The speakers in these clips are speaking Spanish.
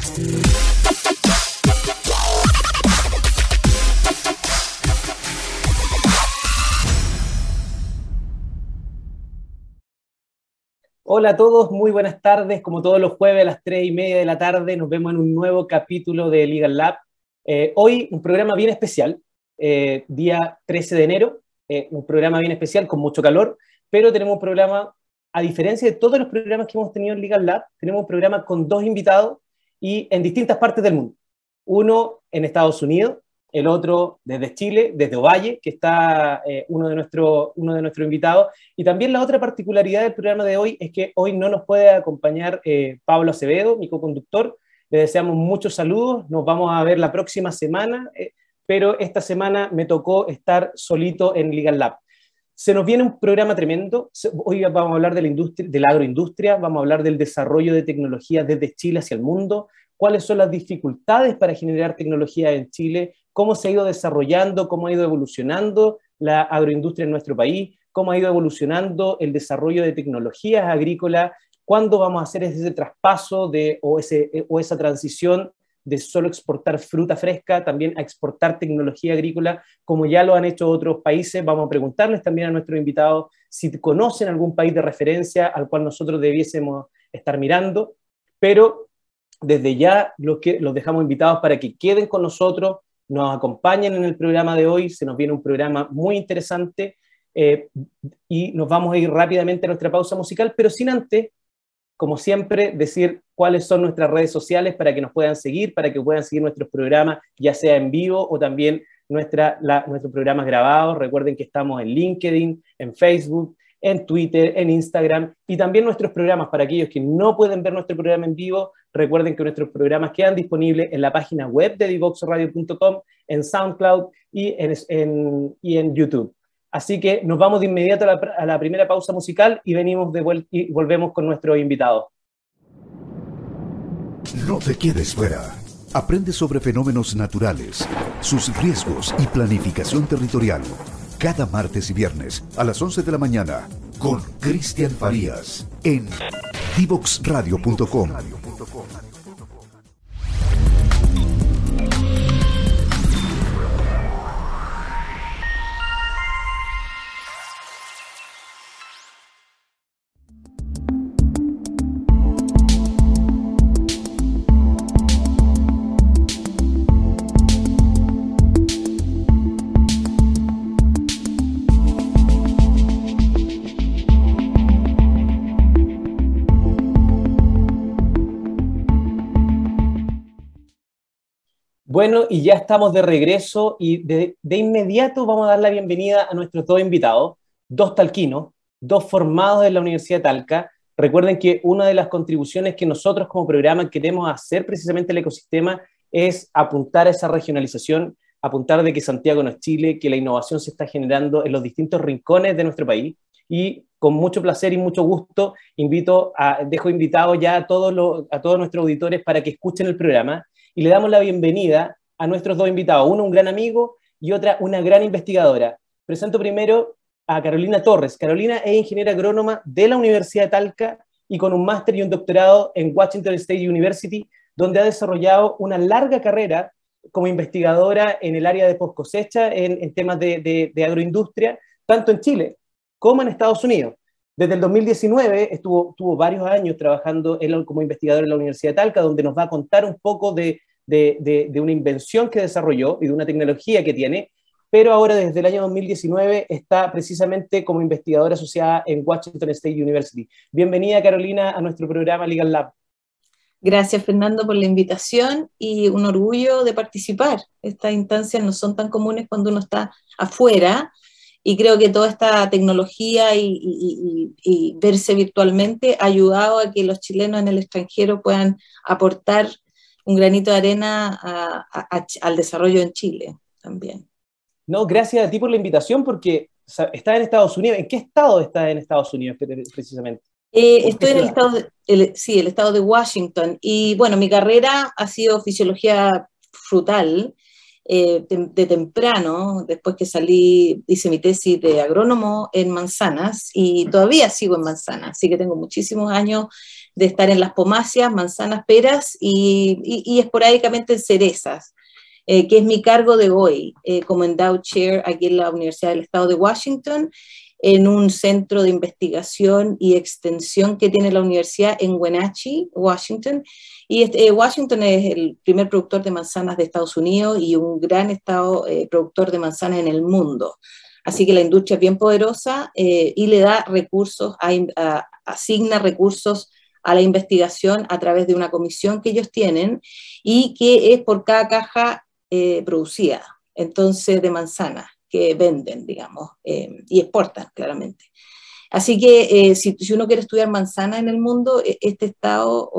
Hola a todos, muy buenas tardes. Como todos los jueves a las 3:30 de la tarde nos vemos en un nuevo capítulo de Legal Lab. Hoy un programa bien especial, día 13 de enero, un programa bien especial con mucho calor, pero tenemos un programa, a diferencia de todos los programas que hemos tenido en Legal Lab, tenemos un programa con dos invitados y en distintas partes del mundo. Uno en Estados Unidos, el otro desde Chile, desde Ovalle, que está uno de nuestros invitados. Y también la otra particularidad del programa de hoy es que hoy no nos puede acompañar Pablo Acevedo, mi coconductor. Le deseamos muchos saludos, nos vamos a ver la próxima semana, pero esta semana me tocó estar solito en Legal Lab. Se nos viene un programa tremendo. Hoy vamos a hablar de la industria, de la agroindustria, vamos a hablar del desarrollo de tecnología desde Chile hacia el mundo, cuáles son las dificultades para generar tecnología en Chile, cómo se ha ido desarrollando, cómo ha ido evolucionando la agroindustria en nuestro país, cómo ha ido evolucionando el desarrollo de tecnologías agrícolas, cuándo vamos a hacer ese traspaso o esa transición de solo exportar fruta fresca, también a exportar tecnología agrícola, como ya lo han hecho otros países. Vamos a preguntarles también a nuestros invitados si conocen algún país de referencia al cual nosotros debiésemos estar mirando, pero desde ya los dejamos invitados para que queden con nosotros, nos acompañen en el programa de hoy. Se nos viene un programa muy interesante y nos vamos a ir rápidamente a nuestra pausa musical, pero sin antes, como siempre, decir cuáles son nuestras redes sociales para que nos puedan seguir, para que puedan seguir nuestros programas, ya sea en vivo o también nuestros programas grabados. Recuerden que estamos en LinkedIn, en Facebook, en Twitter, en Instagram, y también nuestros programas, para aquellos que no pueden ver nuestro programa en vivo, recuerden que nuestros programas quedan disponibles en la página web de divoxradio.com, en SoundCloud y en YouTube. Así que nos vamos de inmediato a la primera pausa musical y venimos de vuelta y volvemos con nuestros invitados. No te quedes fuera. Aprende sobre fenómenos naturales, sus riesgos y planificación territorial. Cada martes y viernes a las 11 de la mañana con Cristian Farías en divoxradio.com. Bueno, y ya estamos de regreso y de inmediato vamos a dar la bienvenida a nuestros dos invitados, dos talquinos, dos formados en la Universidad de Talca. Recuerden que una de las contribuciones que nosotros como programa queremos hacer precisamente al ecosistema es apuntar a esa regionalización, apuntar de que Santiago no es Chile, que la innovación se está generando en los distintos rincones de nuestro país. Y con mucho placer y mucho gusto dejo invitados ya a todos nuestros auditores para que escuchen el programa. Y le damos la bienvenida a nuestros dos invitados, uno un gran amigo y otra una gran investigadora. Presento primero a Carolina Torres. Carolina es ingeniera agrónoma de la Universidad de Talca y con un máster y un doctorado en Washington State University, donde ha desarrollado una larga carrera como investigadora en el área de post cosecha, en temas de agroindustria, tanto en Chile como en Estados Unidos. Desde el 2019 tuvo varios años trabajando como investigador en la Universidad de Talca, donde nos va a contar un poco de una invención que desarrolló y de una tecnología que tiene, pero ahora desde el año 2019 está precisamente como investigadora asociada en Washington State University. Bienvenida, Carolina, a nuestro programa Legal Lab. Gracias, Fernando, por la invitación y un orgullo de participar. Estas instancias no son tan comunes cuando uno está afuera, y creo que toda esta tecnología y verse virtualmente ha ayudado a que los chilenos en el extranjero puedan aportar un granito de arena al desarrollo en Chile también. No, gracias a ti por la invitación, porque estás en Estados Unidos. ¿En qué estado estás en Estados Unidos precisamente? Estoy en el estado de Washington, y bueno, mi carrera ha sido fisiología frutal. De temprano, después que salí, hice mi tesis de agrónomo en manzanas y todavía sigo en manzanas, así que tengo muchísimos años de estar en las pomáceas, manzanas, peras y esporádicamente en cerezas, que es mi cargo de hoy, como endowed chair aquí en la Universidad del Estado de Washington, en un centro de investigación y extensión que tiene la universidad en Wenatchee, Washington. Y Washington es el primer productor de manzanas de Estados Unidos y un gran estado productor de manzanas en el mundo. Así que la industria es bien poderosa y le da recursos, asigna recursos a la investigación a través de una comisión que ellos tienen y que es por cada caja producida, entonces de manzanas que venden, digamos, y exportan claramente. Así que si uno quiere estudiar manzana en el mundo, este estado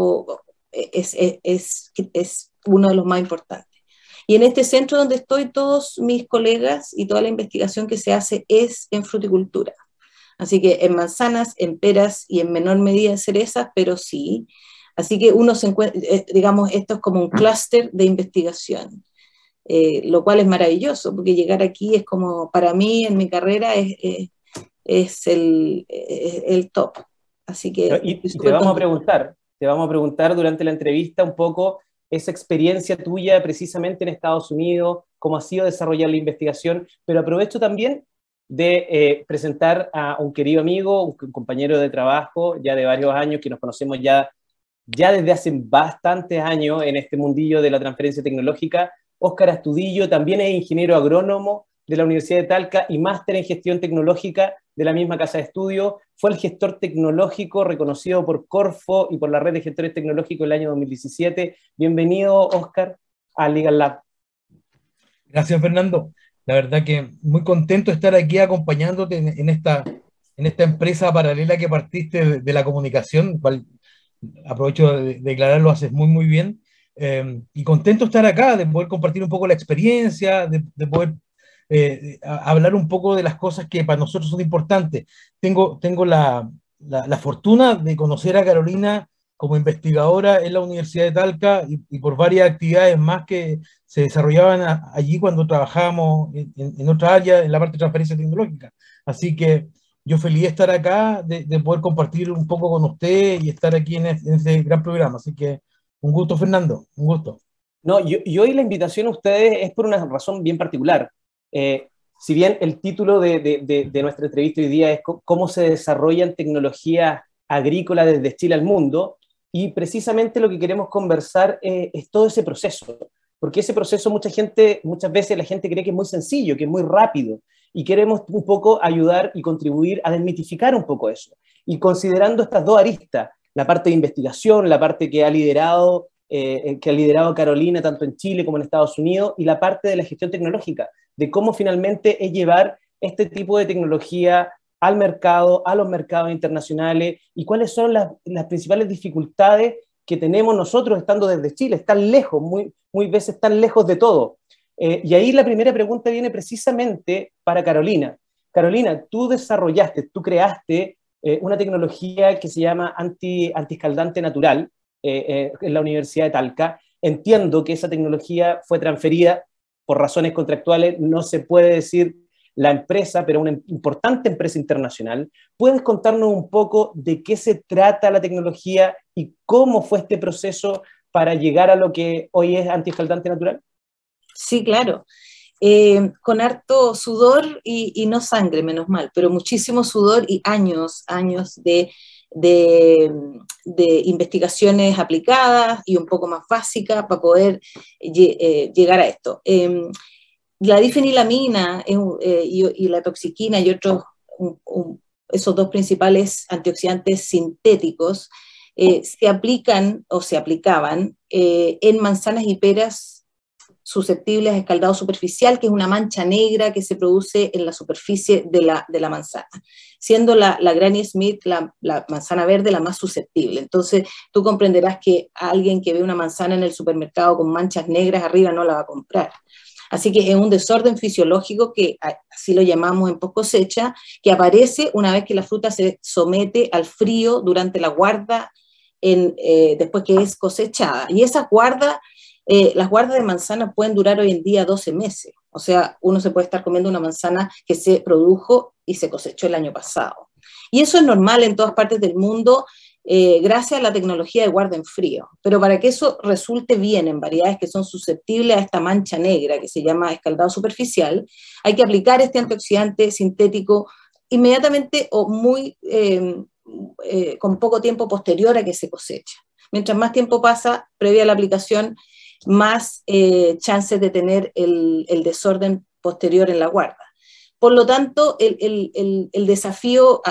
es uno de los más importantes. Y en este centro donde estoy, todos mis colegas y toda la investigación que se hace es en fruticultura. Así que en manzanas, en peras y en menor medida en cerezas, pero sí. Así que uno se encuentra, digamos, esto es como un clúster de investigación. Lo cual es maravilloso, porque llegar aquí es como, para mí, en mi carrera, es el top. Así que... Y te vamos a preguntar durante la entrevista un poco esa experiencia tuya precisamente en Estados Unidos, cómo ha sido desarrollar la investigación, pero aprovecho también de presentar a un querido amigo, un compañero de trabajo ya de varios años, que nos conocemos ya desde hace bastantes años en este mundillo de la transferencia tecnológica. Óscar Astudillo también es ingeniero agrónomo de la Universidad de Talca y máster en gestión tecnológica de la misma casa de estudio. Fue el gestor tecnológico reconocido por Corfo y por la red de gestores tecnológicos el año 2017. Bienvenido, Óscar, a Legal Lab. Gracias, Fernando. La verdad que muy contento de estar aquí acompañándote en esta empresa paralela que partiste de la comunicación, cual aprovecho de declararlo, haces muy, muy bien. Y contento de estar acá, de poder compartir un poco la experiencia, de poder hablar un poco de las cosas que para nosotros son importantes. Tengo la fortuna de conocer a Carolina como investigadora en la Universidad de Talca y por varias actividades más que se desarrollaban allí cuando trabajábamos en otra área, en la parte de transferencia tecnológica. Así que yo feliz de estar acá, de poder compartir un poco con usted y estar aquí en este gran programa. Así que un gusto, Fernando, un gusto. No, y hoy la invitación a ustedes es por una razón bien particular. Si bien el título de nuestra entrevista hoy día es cómo se desarrollan tecnologías agrícolas desde Chile al mundo, y precisamente lo que queremos conversar es todo ese proceso, porque ese proceso muchas veces la gente cree que es muy sencillo, que es muy rápido, y queremos un poco ayudar y contribuir a desmitificar un poco eso. Y considerando estas dos aristas, la parte de investigación, la parte que ha liderado Carolina tanto en Chile como en Estados Unidos, y la parte de la gestión tecnológica, de cómo finalmente es llevar este tipo de tecnología al mercado, a los mercados internacionales, y cuáles son las principales dificultades que tenemos nosotros estando desde Chile, tan lejos, muy veces tan lejos de todo. Y ahí la primera pregunta viene precisamente para Carolina. Carolina, tú creaste una tecnología que se llama antiescaldante natural en la Universidad de Talca. Entiendo que esa tecnología fue transferida por razones contractuales, no se puede decir la empresa, pero una importante empresa internacional. ¿Puedes contarnos un poco de qué se trata la tecnología y cómo fue este proceso para llegar a lo que hoy es antiescaldante natural? Sí, claro. Con harto sudor y no sangre, menos mal, pero muchísimo sudor y años de investigaciones aplicadas y un poco más básicas para poder llegar a esto. La difenilamina y la toxiquina y otros, esos dos principales antioxidantes sintéticos, se aplican o se aplicaban en manzanas y peras susceptibles a escaldado superficial, que es una mancha negra que se produce en la superficie de la manzana, siendo la Granny Smith, la manzana verde, la más susceptible. Entonces, tú comprenderás que alguien que ve una manzana en el supermercado con manchas negras arriba no la va a comprar. Así que es un desorden fisiológico que así lo llamamos en post cosecha, que aparece una vez que la fruta se somete al frío durante la guarda después que es cosechada. Y esas las guardas de manzana pueden durar hoy en día 12 meses. O sea, uno se puede estar comiendo una manzana que se produjo y se cosechó el año pasado. Y eso es normal en todas partes del mundo, gracias a la tecnología de guarda en frío. Pero para que eso resulte bien en variedades que son susceptibles a esta mancha negra que se llama escaldado superficial, hay que aplicar este antioxidante sintético inmediatamente o con poco tiempo posterior a que se cosecha. Mientras más tiempo pasa previa a la aplicación, más chances de tener el desorden posterior en la guarda. Por lo tanto, el desafío,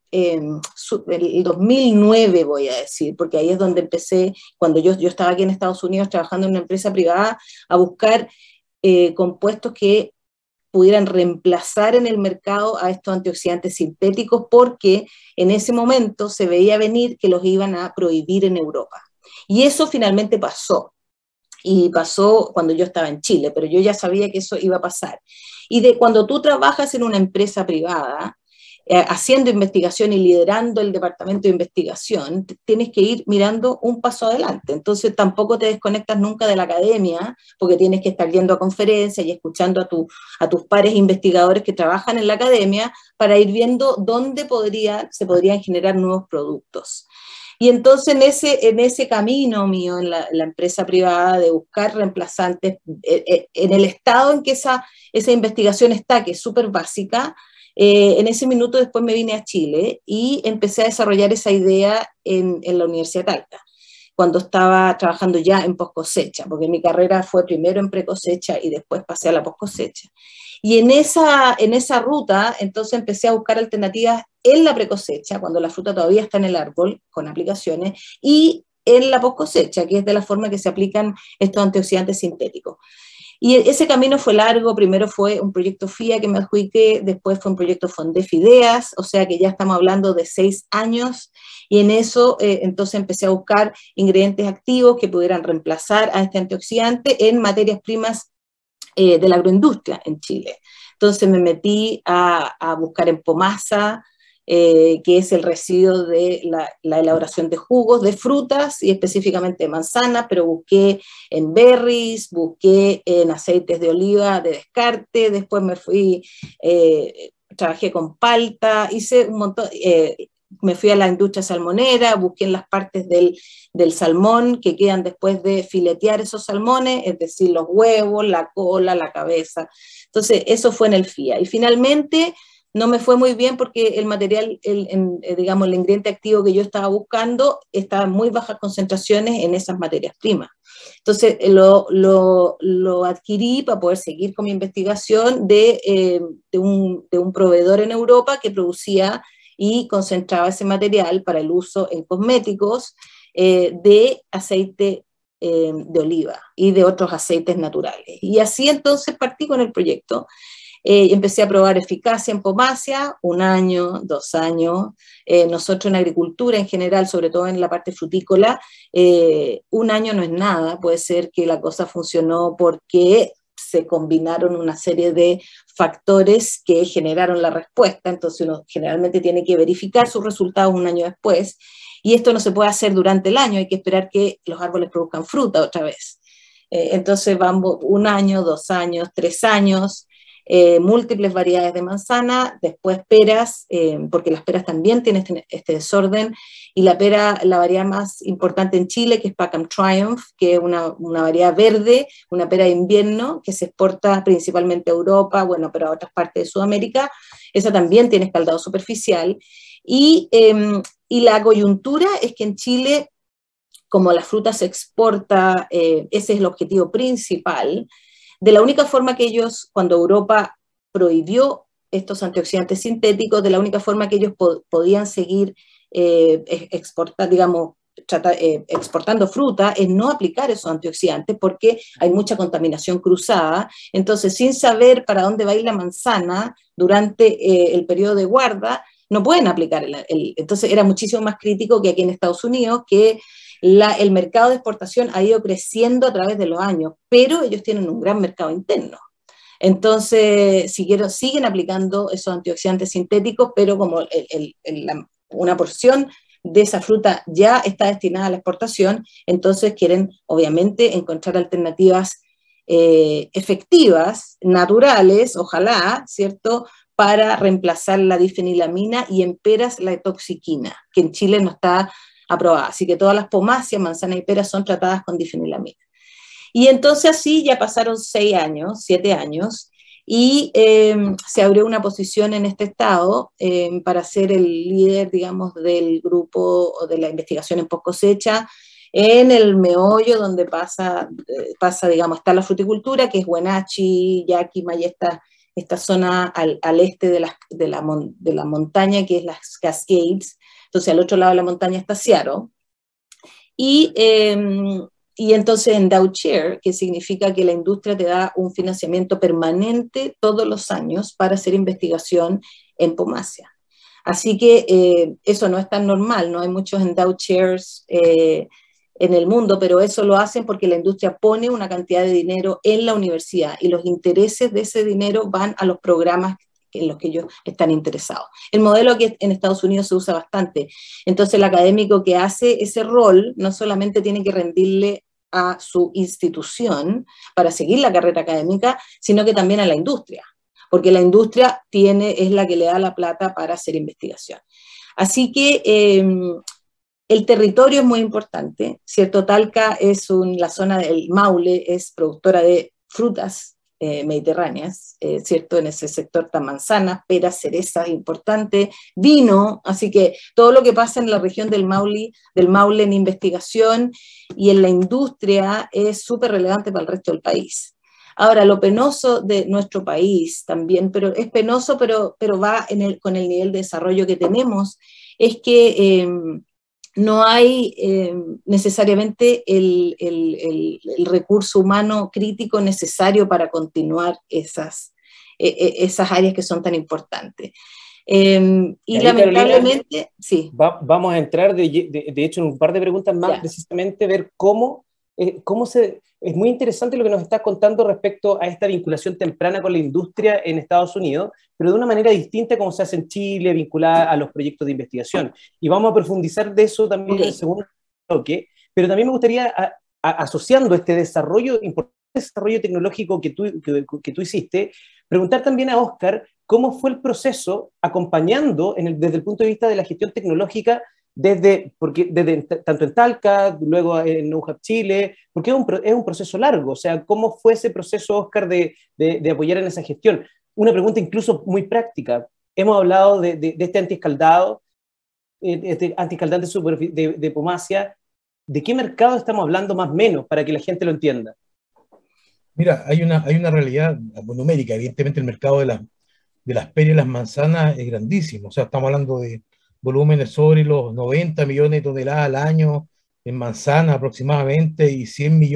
el 2009 voy a decir, porque ahí es donde empecé, cuando yo estaba aquí en Estados Unidos trabajando en una empresa privada, a buscar compuestos que pudieran reemplazar en el mercado a estos antioxidantes sintéticos, porque en ese momento se veía venir que los iban a prohibir en Europa. Y eso finalmente pasó. Y pasó cuando yo estaba en Chile, pero yo ya sabía que eso iba a pasar. Y cuando tú trabajas en una empresa privada, haciendo investigación y liderando el departamento de investigación, tienes que ir mirando un paso adelante. Entonces tampoco te desconectas nunca de la academia, porque tienes que estar yendo a conferencias y escuchando a tus pares investigadores que trabajan en la academia para ir viendo dónde se podrían generar nuevos productos. Y entonces en ese camino mío en la empresa privada de buscar reemplazantes, en el estado en que esa investigación está, que es súper básica, en ese minuto después me vine a Chile y empecé a desarrollar esa idea en la Universidad de Talca, cuando estaba trabajando ya en post cosecha, porque mi carrera fue primero en pre cosecha y después pasé a la post cosecha. Y en esa ruta, entonces empecé a buscar alternativas en la precosecha, cuando la fruta todavía está en el árbol, con aplicaciones, y en la post cosecha, que es de la forma que se aplican estos antioxidantes sintéticos. Y ese camino fue largo. Primero fue un proyecto FIA que me adjudiqué, después fue un proyecto Fondef Ideas, o sea que ya estamos hablando de 6 años, y en eso entonces empecé a buscar ingredientes activos que pudieran reemplazar a este antioxidante en materias primas de la agroindustria en Chile. Entonces me metí a buscar en pomasa, que es el residuo de la elaboración de jugos de frutas y específicamente de manzana, pero busqué en berries, busqué en aceites de oliva de descarte, después me fui, trabajé con palta, hice un montón, me fui a la industria salmonera, busqué en las partes del salmón que quedan después de filetear esos salmones, es decir, los huevos, la cola, la cabeza. Entonces eso fue en el FIA. Y finalmente no me fue muy bien porque el material, digamos, el ingrediente activo que yo estaba buscando estaba en muy bajas concentraciones en esas materias primas. Entonces lo adquirí para poder seguir con mi investigación de un proveedor en Europa que producía y concentraba ese material para el uso en cosméticos de aceite de oliva y de otros aceites naturales. Y así entonces partí con el proyecto. Empecé a probar eficacia en pomacia, 1 año, 2 años. Nosotros en agricultura en general, sobre todo en la parte frutícola, 1 año no es nada. Puede ser que la cosa funcionó porque se combinaron una serie de factores que generaron la respuesta, entonces uno generalmente tiene que verificar sus resultados 1 año después, y esto no se puede hacer durante el año, hay que esperar que los árboles produzcan fruta otra vez. Entonces vamos 1 año, 2 años, 3 años, múltiples variedades de manzana, después peras, porque las peras también tienen este desorden, y la pera, la variedad más importante en Chile, que es Packham Triumph, que es una variedad verde, una pera de invierno, que se exporta principalmente a Europa, bueno, pero a otras partes de Sudamérica, esa también tiene escaldado superficial, y la coyuntura es que en Chile, como la fruta se exporta, ese es el objetivo principal. De la única forma que ellos, cuando Europa prohibió estos antioxidantes sintéticos, de la única forma que ellos podían seguir exportando fruta es no aplicar esos antioxidantes porque hay mucha contaminación cruzada. Entonces, sin saber para dónde va a ir la manzana durante el periodo de guarda, no pueden aplicar entonces era muchísimo más crítico que aquí en Estados Unidos, que el mercado de exportación ha ido creciendo a través de los años, pero ellos tienen un gran mercado interno. Entonces siguen aplicando esos antioxidantes sintéticos, pero como una porción de esa fruta ya está destinada a la exportación, entonces quieren obviamente encontrar alternativas efectivas, naturales, ojalá, ¿cierto?, para reemplazar la difenilamina y en peras la etoxiquina, que en Chile no está aprobada. Así que todas las pomáceas, manzanas y peras son tratadas con difenilamida. Y entonces así ya pasaron 6 años, 7 años, y se abrió una posición en este estado para ser el líder, digamos, del grupo o de la investigación en post cosecha, en el meollo donde pasa, digamos, está la fruticultura, que es Wenatchee, Yakima y esta zona al este de la montaña, que es las Cascades. Entonces al otro lado de la montaña está Seattle. Y entonces Endowed Share, que significa que la industria te da un financiamiento permanente todos los años para hacer investigación en pomácea. Así que eso no es tan normal, no hay muchos Endowed Shares en el mundo, pero eso lo hacen porque la industria pone una cantidad de dinero en la universidad y los intereses de ese dinero van a los programas en los que ellos están interesados. El modelo que en Estados Unidos se usa bastante. Entonces el académico que hace ese rol no solamente tiene que rendirle a su institución para seguir la carrera académica, sino que también a la industria, porque la industria es la que le da la plata para hacer investigación. Así que el territorio es muy importante, ¿cierto? Talca es la zona del Maule, es productora de frutas mediterráneas, ¿cierto? En ese sector están manzanas, peras, cerezas, importante, vino, así que todo lo que pasa en la región del Maule en investigación y en la industria es súper relevante para el resto del país. Ahora, lo penoso de nuestro país también, pero es penoso, pero va con el nivel de desarrollo que tenemos, es que no hay necesariamente el recurso humano crítico necesario para continuar esas áreas que son tan importantes. Y lamentablemente, Carolina, sí. Vamos a entrar, de hecho, en un par de preguntas más, precisamente ver cómo es muy interesante lo que nos estás contando respecto a esta vinculación temprana con la industria en Estados Unidos, pero de una manera distinta como se hace en Chile, vinculada a los proyectos de investigación. Y vamos a profundizar de eso también en el segundo bloque, pero también me gustaría, asociando este desarrollo, importante desarrollo tecnológico que tú hiciste, preguntar también a Óscar cómo fue el proceso acompañando desde el punto de vista de la gestión tecnológica tanto en Talca, luego en NoHub Chile, porque es un proceso largo, o sea, ¿cómo fue ese proceso, Óscar, de apoyar en esa gestión? Una pregunta incluso muy práctica. Hemos hablado de este antiescaldado, este antiescaldante de pomácea. ¿De qué mercado estamos hablando más o menos para que la gente lo entienda? Mira, hay una realidad numérica. Evidentemente el mercado de las peras y las manzanas es grandísimo. O sea, estamos hablando de volúmenes sobre los 90 millones de toneladas al año en manzana aproximadamente y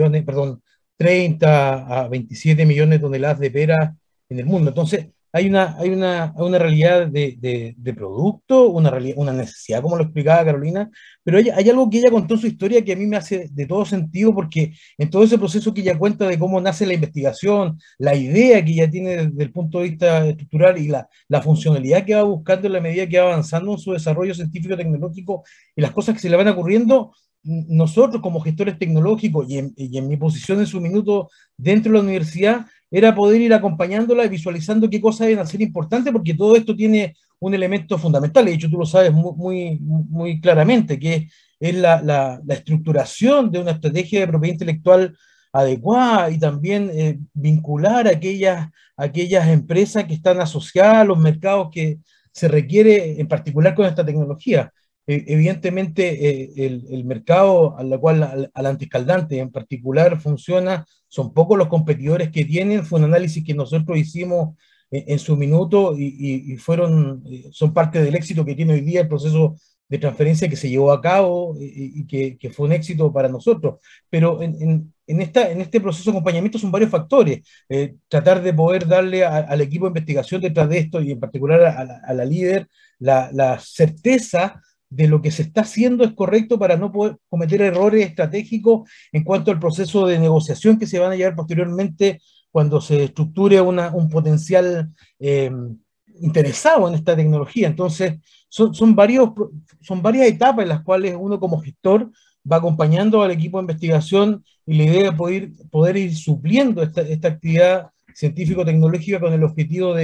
30 a 27 millones de toneladas de peras en el mundo. Entonces, hay una realidad de producto, una necesidad, como lo explicaba Carolina, pero hay algo que ella contó en su historia que a mí me hace de todo sentido, porque en todo ese proceso que ella cuenta de cómo nace la investigación, la idea que ella tiene desde el punto de vista estructural y la funcionalidad que va buscando en la medida que va avanzando en su desarrollo científico-tecnológico y las cosas que se le van ocurriendo, nosotros como gestores tecnológicos y en mi posición en su minuto dentro de la universidad, era poder ir acompañándola y visualizando qué cosas deben ser importantes, porque todo esto tiene un elemento fundamental, de hecho tú lo sabes muy claramente, que es la estructuración de una estrategia de propiedad intelectual adecuada y también vincular a aquellas empresas que están asociadas a los mercados que se requiere, en particular con esta tecnología. Evidentemente, el mercado al antiescaldante en particular funciona, son pocos los competidores que tienen, fue un análisis que nosotros hicimos en su minuto y son parte del éxito que tiene hoy día el proceso de transferencia que se llevó a cabo y que fue un éxito para nosotros. Pero en este proceso de acompañamiento son varios factores. Tratar de poder darle al equipo de investigación detrás de esto y en particular a la líder la certeza de lo que se está haciendo es correcto para no poder cometer errores estratégicos en cuanto al proceso de negociación que se van a llevar posteriormente cuando se estructure un potencial interesado en esta tecnología. Entonces, son varias etapas en las cuales uno como gestor va acompañando al equipo de investigación y la idea de poder ir supliendo esta actividad científico-tecnológica con el objetivo de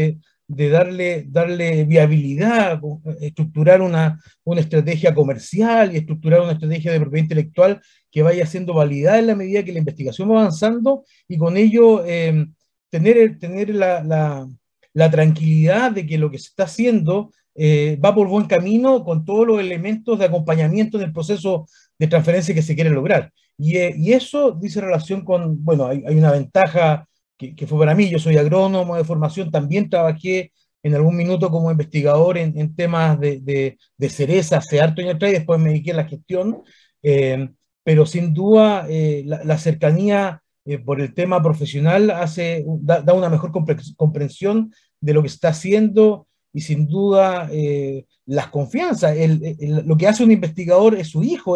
de darle viabilidad, estructurar una estrategia comercial y estructurar una estrategia de propiedad intelectual que vaya siendo validada en la medida que la investigación va avanzando, y con ello tener la tranquilidad de que lo que se está haciendo va por buen camino, con todos los elementos de acompañamiento del proceso de transferencia que se quiere lograr. Y eso dice relación con, bueno, hay una ventaja que fue para mí. Yo soy agrónomo de formación, también trabajé en algún minuto como investigador en temas de cereza hace harto años atrás, y después me dediqué a la gestión, pero sin duda la cercanía por el tema profesional da una mejor comprensión de lo que se está haciendo, y sin duda las confianzas. Lo que hace un investigador es su hijo,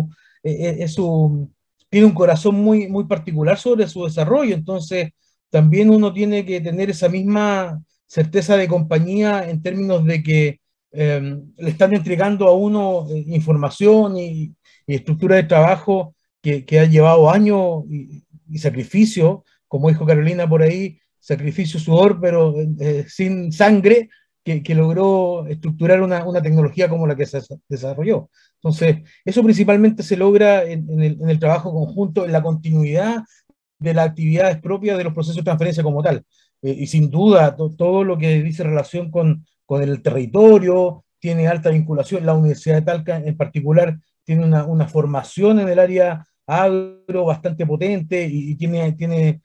tiene un corazón muy particular sobre su desarrollo. Entonces también uno tiene que tener esa misma certeza de compañía en términos de que le están entregando a uno información y estructura de trabajo que ha llevado años y sacrificio, como dijo Carolina por ahí, sacrificio, sudor, pero sin sangre, que logró estructurar una tecnología como la que se desarrolló. Entonces, eso principalmente se logra en el trabajo conjunto, en la continuidad de las actividades propias de los procesos de transferencia como tal. Y sin duda, todo lo que dice relación con el territorio tiene alta vinculación. La Universidad de Talca en particular tiene una formación en el área agro bastante potente, y tiene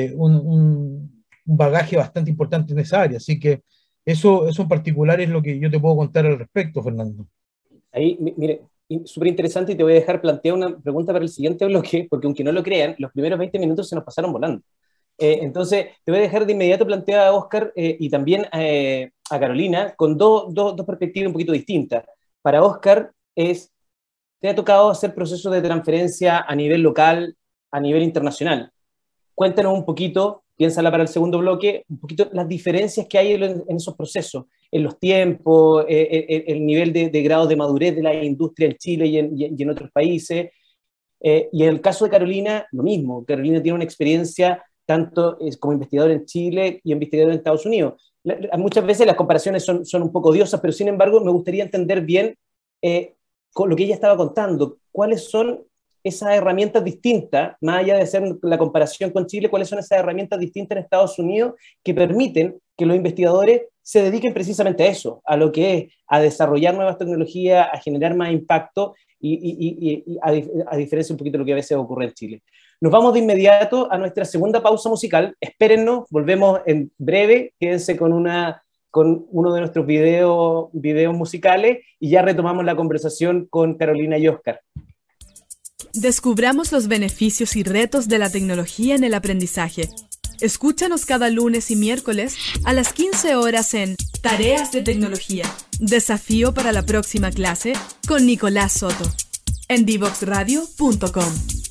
un bagaje bastante importante en esa área. Así que eso en particular es lo que yo te puedo contar al respecto, Fernando. Ahí, mire, súper interesante, y te voy a dejar plantear una pregunta para el siguiente bloque, porque aunque no lo crean, los primeros 20 minutos se nos pasaron volando. Entonces, te voy a dejar de inmediato plantear a Óscar y también a Carolina con dos perspectivas un poquito distintas. Para Óscar, te ha tocado hacer procesos de transferencia a nivel local, a nivel internacional. Cuéntanos un poquito, piénsala para el segundo bloque, un poquito las diferencias que hay en esos procesos, en los tiempos, el nivel de grado de madurez de la industria en Chile y en otros países. Y en el caso de Carolina, lo mismo. Carolina tiene una experiencia tanto como investigador en Chile y investigador en Estados Unidos. Muchas veces las comparaciones son un poco odiosas, pero sin embargo me gustaría entender bien con lo que ella estaba contando, cuáles son esas herramientas distintas, más allá de hacer la comparación con Chile, cuáles son esas herramientas distintas en Estados Unidos que permiten que los investigadores se dediquen precisamente a eso, a lo que es a desarrollar nuevas tecnologías, a generar más impacto y a diferencia un poquito de lo que a veces ocurre en Chile. Nos vamos de inmediato a nuestra segunda pausa musical. Espérennos, volvemos en breve, quédense con uno de nuestros videos musicales y ya retomamos la conversación con Carolina y Óscar. Descubramos los beneficios y retos de la tecnología en el aprendizaje. Escúchanos cada lunes y miércoles a las 15 horas en Tareas de Tecnología. Desafío para la próxima clase con Nicolás Soto en divoxradio.com.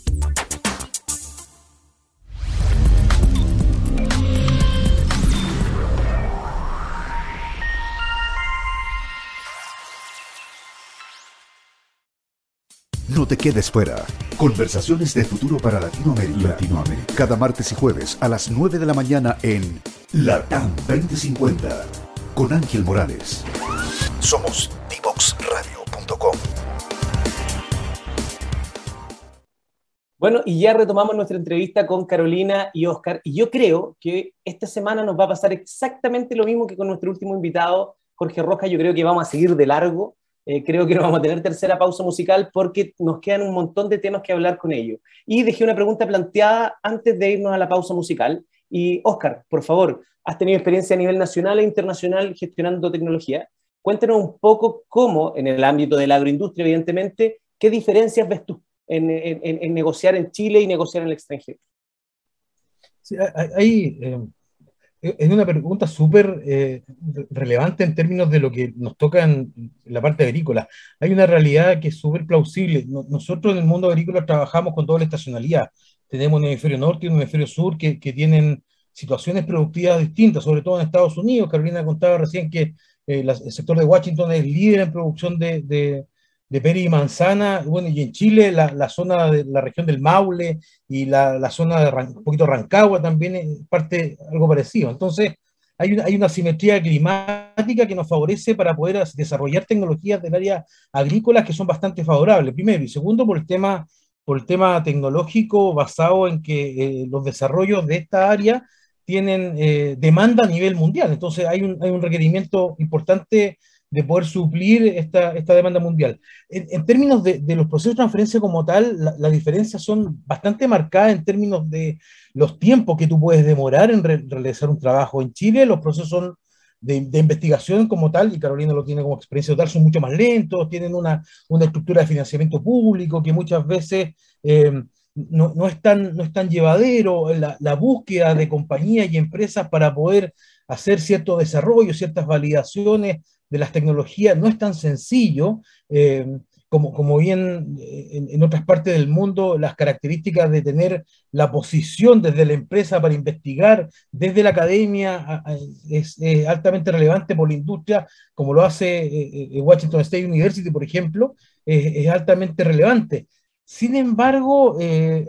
No te quedes fuera. Conversaciones de futuro para Latinoamérica. Cada martes y jueves a las 9 de la mañana en LATAM 2050 con Ángel Morales. Somos divoxradio.com. Bueno, y ya retomamos nuestra entrevista con Carolina y Óscar, y yo creo que esta semana nos va a pasar exactamente lo mismo que con nuestro último invitado, Jorge Rojas. Yo creo que vamos a seguir de largo. Creo que no vamos a tener tercera pausa musical porque nos quedan un montón de temas que hablar con ellos. Y dejé una pregunta planteada antes de irnos a la pausa musical. Y Óscar, por favor, has tenido experiencia a nivel nacional e internacional gestionando tecnología. Cuéntanos un poco cómo, en el ámbito de la agroindustria, evidentemente, qué diferencias ves tú en negociar en Chile y negociar en el extranjero. Sí, es una pregunta súper relevante en términos de lo que nos toca en la parte agrícola. Hay una realidad que es súper plausible. Nosotros en el mundo agrícola trabajamos con toda la estacionalidad. Tenemos un hemisferio norte y un hemisferio sur que tienen situaciones productivas distintas, sobre todo en Estados Unidos. Carolina contaba recién que el sector de Washington es líder en producción de pera y manzana. Bueno, y en Chile la zona de la región del Maule y la zona de un poquito Rancagua también es parte algo parecido. Entonces, hay una simetría climática que nos favorece para poder desarrollar tecnologías del área agrícola que son bastante favorables, primero, y segundo, por el tema tecnológico basado en que los desarrollos de esta área tienen demanda a nivel mundial. Entonces hay un requerimiento importante de poder suplir esta demanda mundial. En términos de los procesos de transferencia como tal, las diferencias son bastante marcadas en términos de los tiempos que tú puedes demorar en realizar un trabajo. En Chile los procesos son de investigación como tal, y Carolina lo tiene como experiencia total, son mucho más lentos, tienen una estructura de financiamiento público que muchas veces no es tan llevadero, la búsqueda de compañías y empresas para poder hacer cierto desarrollo, ciertas validaciones de las tecnologías no es tan sencillo, como bien en otras partes del mundo, las características de tener la posición desde la empresa para investigar desde la academia es altamente relevante por la industria, como lo hace Washington State University, por ejemplo, es altamente relevante. Sin embargo,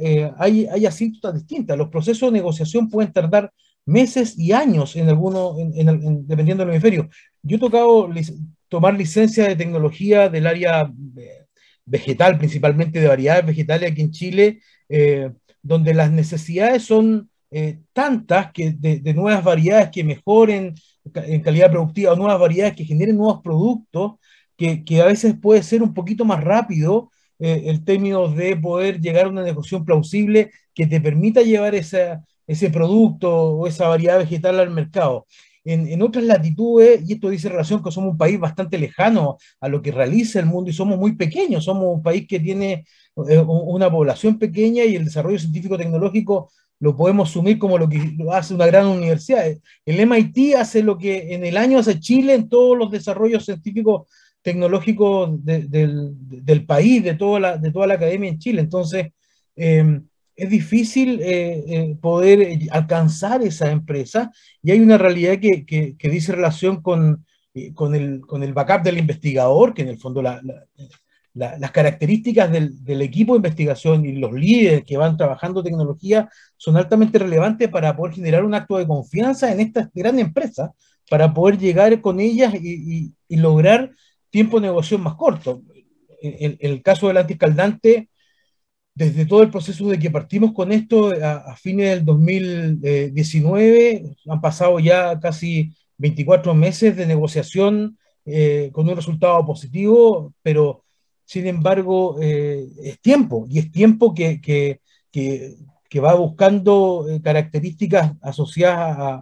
hay asíntotas distintas. Los procesos de negociación pueden tardar meses y años dependiendo del hemisferio. Yo he tocado tomar licencia de tecnología del área vegetal, principalmente de variedades vegetales aquí en Chile, donde las necesidades son tantas que de nuevas variedades que mejoren en calidad productiva, o nuevas variedades que generen nuevos productos, que a veces puede ser un poquito más rápido el término de poder llegar a una negociación plausible que te permita llevar ese producto o esa variedad vegetal al mercado. En otras latitudes, y esto dice relación que somos un país bastante lejano a lo que realiza el mundo y somos muy pequeños, somos un país que tiene una población pequeña y el desarrollo científico-tecnológico lo podemos asumir como lo que hace una gran universidad. El MIT hace lo que en el año hace Chile en todos los desarrollos científicos tecnológicos del país, de toda la academia en Chile. Entonces, es difícil poder alcanzar esa empresa, y hay una realidad que dice relación con el backup del investigador, que en el fondo las características del equipo de investigación y los líderes que van trabajando tecnología son altamente relevantes para poder generar un acto de confianza en esta gran empresa, para poder llegar con ellas y lograr tiempo de negociación más corto. El caso del antiescaldante, desde todo el proceso de que partimos con esto a fines del 2019, han pasado ya casi 24 meses de negociación con un resultado positivo, pero sin embargo es tiempo, y es tiempo que va buscando características asociadas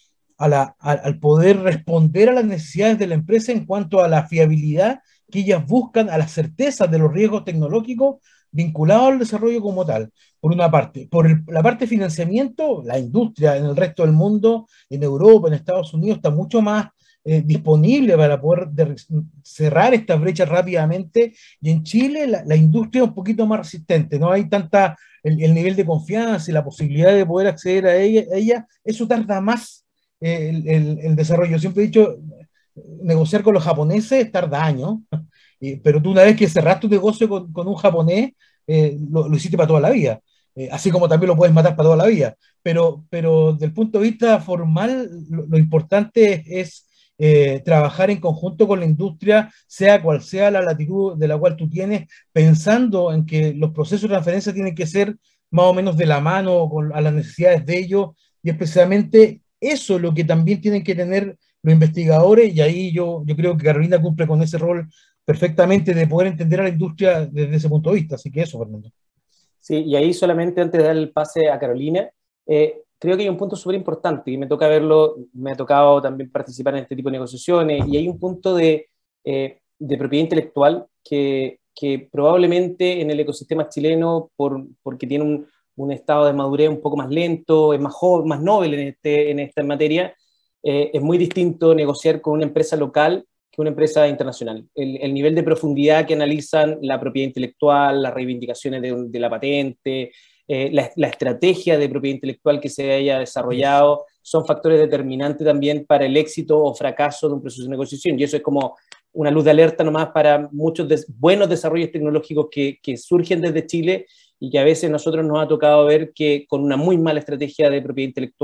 al poder responder a las necesidades de la empresa en cuanto a la fiabilidad que ellas buscan, a las certezas de los riesgos tecnológicos vinculados al desarrollo como tal, por una parte. La parte de financiamiento, la industria en el resto del mundo, en Europa, en Estados Unidos, está mucho más disponible para poder cerrar estas brechas rápidamente, y en Chile la industria es un poquito más resistente, no hay tanta el nivel de confianza y la posibilidad de poder acceder a ella, eso tarda más el desarrollo. Siempre he dicho, negociar con los japoneses tarda años, pero tú una vez que cerraste tu negocio con un japonés, lo hiciste para toda la vida, así como también lo puedes matar para toda la vida, pero desde el punto de vista formal, lo importante es trabajar en conjunto con la industria, sea cual sea la latitud de la cual tú tienes, pensando en que los procesos de transferencia tienen que ser más o menos de la mano a las necesidades de ellos, y especialmente eso es lo que también tienen que tener los investigadores, y ahí yo creo que Carolina cumple con ese rol perfectamente, de poder entender a la industria desde ese punto de vista. Así que eso, Fernando. Sí, y ahí solamente antes de dar el pase a Carolina, creo que hay un punto súper importante, y me toca verlo, me ha tocado también participar en este tipo de negociaciones, y hay un punto de propiedad intelectual que probablemente en el ecosistema chileno, porque tiene un estado de madurez un poco más lento, es más joven, más noble en esta materia, es muy distinto negociar con una empresa local que una empresa internacional. El nivel de profundidad que analizan la propiedad intelectual, las reivindicaciones de la patente, la estrategia de propiedad intelectual que se haya desarrollado, son factores determinantes también para el éxito o fracaso de un proceso de negociación, y eso es como una luz de alerta nomás para muchos buenos desarrollos tecnológicos que surgen desde Chile, y que a veces nosotros nos ha tocado ver que con una muy mala estrategia de propiedad intelectual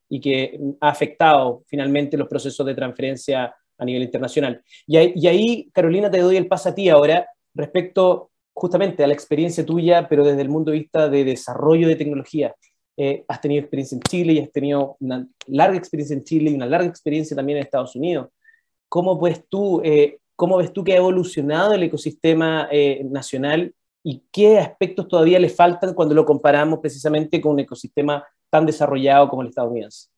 y que ha afectado finalmente los procesos de transferencia a nivel internacional. Y ahí, Carolina, te doy el pase a ti ahora respecto justamente a la experiencia tuya, pero desde el punto de vista de desarrollo de tecnología. Has tenido experiencia en Chile y has tenido una larga experiencia en Chile y una larga experiencia también en Estados Unidos. ¿Cómo ves tú que ha evolucionado el ecosistema nacional y qué aspectos todavía le faltan cuando lo comparamos precisamente con un ecosistema tan desarrollado como el estadounidense?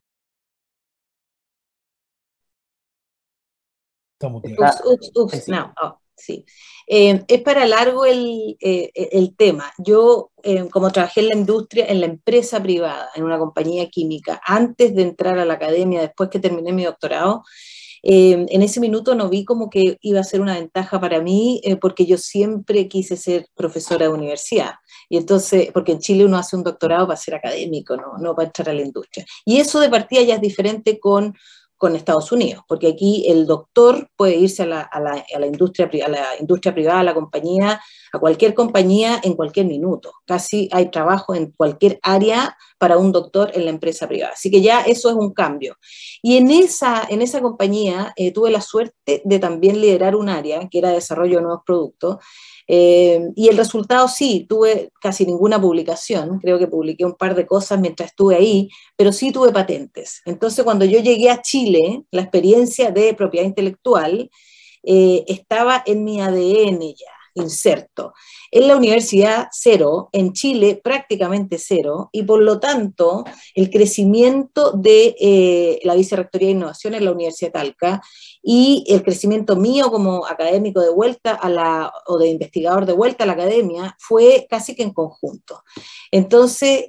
Sí. Es para largo el tema. Yo, como trabajé en la industria, en la empresa privada, en una compañía química, antes de entrar a la academia, después que terminé mi doctorado, en ese minuto no vi como que iba a ser una ventaja para mí, porque yo siempre quise ser profesora de universidad. Y entonces, porque en Chile uno hace un doctorado para ser académico, no para entrar a la industria. Y eso de partida ya es diferente con Estados Unidos, porque aquí el doctor puede irse a la industria privada, a la compañía, a cualquier compañía en cualquier minuto. Casi hay trabajo en cualquier área para un doctor en la empresa privada. Así que ya eso es un cambio. Y en esa compañía tuve la suerte de también liderar un área que era desarrollo de nuevos productos. Y el resultado sí, tuve casi ninguna publicación, creo que publiqué un par de cosas mientras estuve ahí, pero sí tuve patentes. Entonces cuando yo llegué a Chile, la experiencia de propiedad intelectual estaba en mi ADN ya, inserto. En la universidad cero, en Chile prácticamente cero, y por lo tanto el crecimiento de la Vicerrectoría de Innovación en la Universidad de Talca y el crecimiento mío como académico de vuelta o de investigador de vuelta a la academia fue casi que en conjunto. Entonces,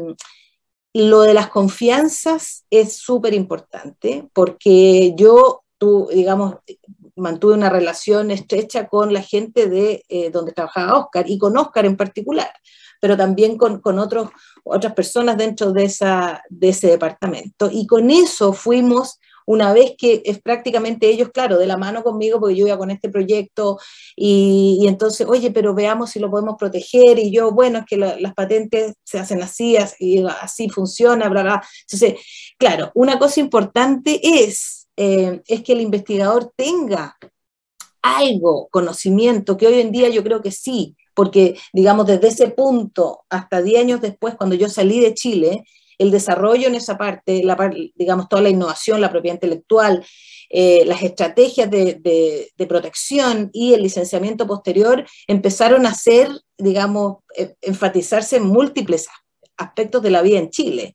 lo de las confianzas es súper importante porque yo, digamos, mantuve una relación estrecha con la gente de donde trabajaba Oscar, y con Oscar en particular, pero también con otras personas dentro de ese departamento. Y con eso fuimos, una vez que es prácticamente ellos, claro, de la mano conmigo, porque yo iba con este proyecto, y entonces, oye, pero veamos si lo podemos proteger, y yo, bueno, es que las patentes se hacen así, así funciona, bla, bla. Entonces, claro, una cosa importante es que el investigador tenga algo, conocimiento, que hoy en día yo creo que sí, porque, digamos, desde ese punto hasta 10 años después, cuando yo salí de Chile, el desarrollo en esa parte, digamos, toda la innovación, la propiedad intelectual, las estrategias de protección y el licenciamiento posterior empezaron a ser, digamos, enfatizarse en múltiples aspectos de la vida en Chile.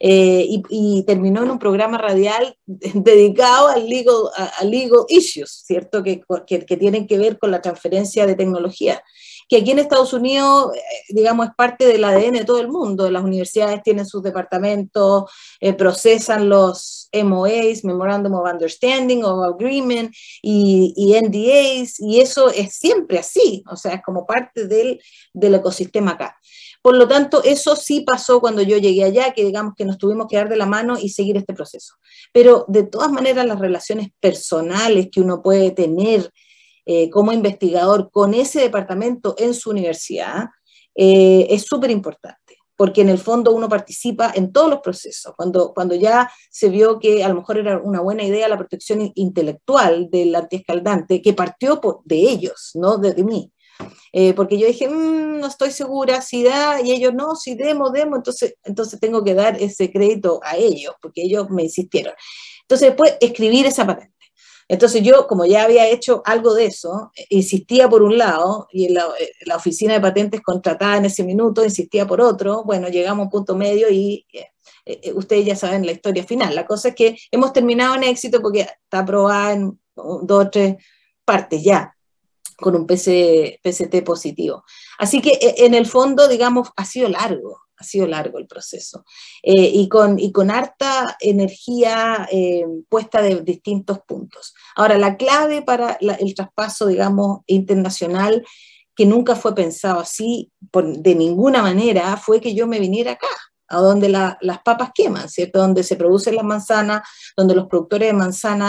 Y terminó en un programa radial dedicado a legal issues, ¿cierto? Que tienen que ver con la transferencia de tecnología, que aquí en Estados Unidos, digamos, es parte del ADN de todo el mundo. Las universidades tienen sus departamentos, procesan los MOAs, Memorandum of Understanding, of Agreement, y NDAs, y eso es siempre así, o sea, es como parte del ecosistema acá. Por lo tanto, eso sí pasó cuando yo llegué allá, que digamos que nos tuvimos que dar de la mano y seguir este proceso. Pero de todas maneras, las relaciones personales que uno puede tener como investigador con ese departamento en su universidad es súper importante, porque en el fondo uno participa en todos los procesos. Cuando ya se vio que a lo mejor era una buena idea la protección intelectual del antiescaldante, que partió de ellos, no de mí. Porque yo dije, no estoy segura si da, y ellos no, si demo, entonces tengo que dar ese crédito a ellos, porque ellos me insistieron. Entonces después escribir esa patente. Entonces yo, como ya había hecho algo de eso, insistía por un lado, y en la oficina de patentes contratada en ese minuto insistía por otro. Bueno, llegamos a un punto medio y ustedes ya saben la historia final. La cosa es que hemos terminado en éxito porque está aprobada en 2 o 3 partes ya, con un PCT positivo. Así que en el fondo, digamos, ha sido largo el proceso, y con harta energía puesta de distintos puntos. Ahora, la clave para el traspaso, digamos, internacional, que nunca fue pensado así de ninguna manera, fue que yo me viniera acá, a donde las papas queman, ¿cierto? Donde se producen las manzanas, donde los productores de manzana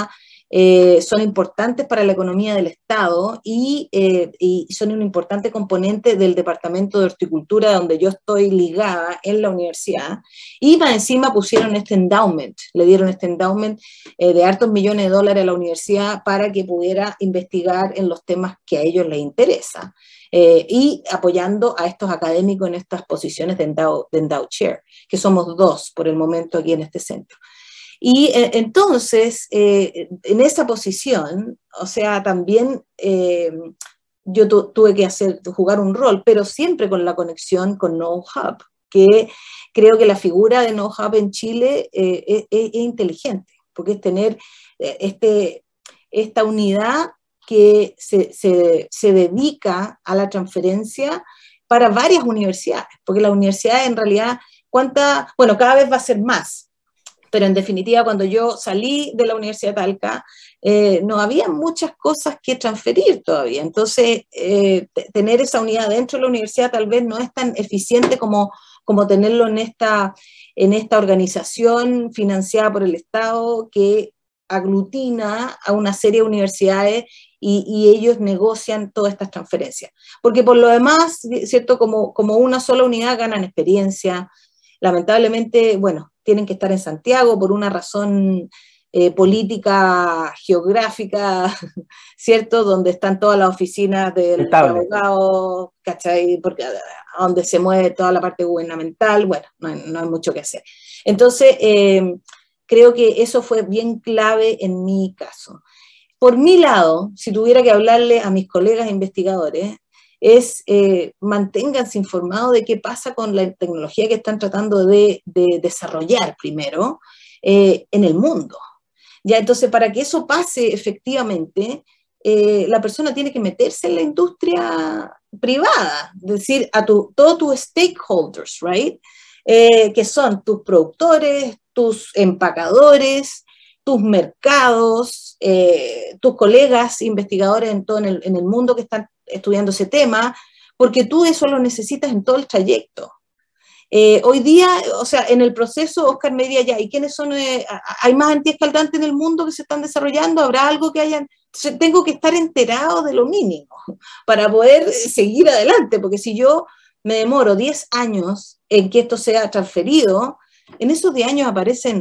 son importantes para la economía del Estado y son un importante componente del Departamento de Horticultura donde yo estoy ligada en la universidad, y más encima pusieron este endowment, le dieron este endowment de hartos millones de dólares a la universidad para que pudiera investigar en los temas que a ellos les interesa. Y apoyando a estos académicos en estas posiciones de endowed chair, que somos 2 por el momento aquí en este centro. Y entonces, en esa posición, o sea, también yo tuve que jugar un rol, pero siempre con la conexión con KnowHub, que creo que la figura de KnowHub en Chile es inteligente, porque es tener esta unidad que se dedica a la transferencia para varias universidades, porque las universidades en realidad, bueno, cada vez va a ser más, pero en definitiva cuando yo salí de la Universidad de Talca, no había muchas cosas que transferir todavía, entonces tener esa unidad dentro de la universidad tal vez no es tan eficiente como tenerlo en esta organización financiada por el Estado que aglutina a una serie de universidades y ellos negocian todas estas transferencias. Porque por lo demás, ¿cierto? Como una sola unidad ganan experiencia. Lamentablemente, bueno, tienen que estar en Santiago por una razón política, geográfica, ¿cierto? Donde están todas las oficinas del abogado, ¿cachai? Porque a donde se mueve toda la parte gubernamental, bueno, no hay mucho que hacer. Entonces, creo que eso fue bien clave en mi caso. Por mi lado, si tuviera que hablarle a mis colegas investigadores, es manténganse informados de qué pasa con la tecnología que están tratando de desarrollar primero en el mundo. Ya, entonces, para que eso pase efectivamente, la persona tiene que meterse en la industria privada, es decir, a todos tus stakeholders, right? Que son tus productores, tus empacadores, tus mercados, tus colegas investigadores en todo en el mundo que están estudiando ese tema, porque tú eso lo necesitas en todo el trayecto. Hoy día, o sea, en el proceso, Oscar me diría ya, ¿y quiénes son? ¿Hay más antiescaldantes en el mundo que se están desarrollando? ¿Habrá algo que hayan? Entonces, tengo que estar enterado de lo mínimo para poder seguir adelante, porque si yo me demoro 10 años en que esto sea transferido, en esos 10 años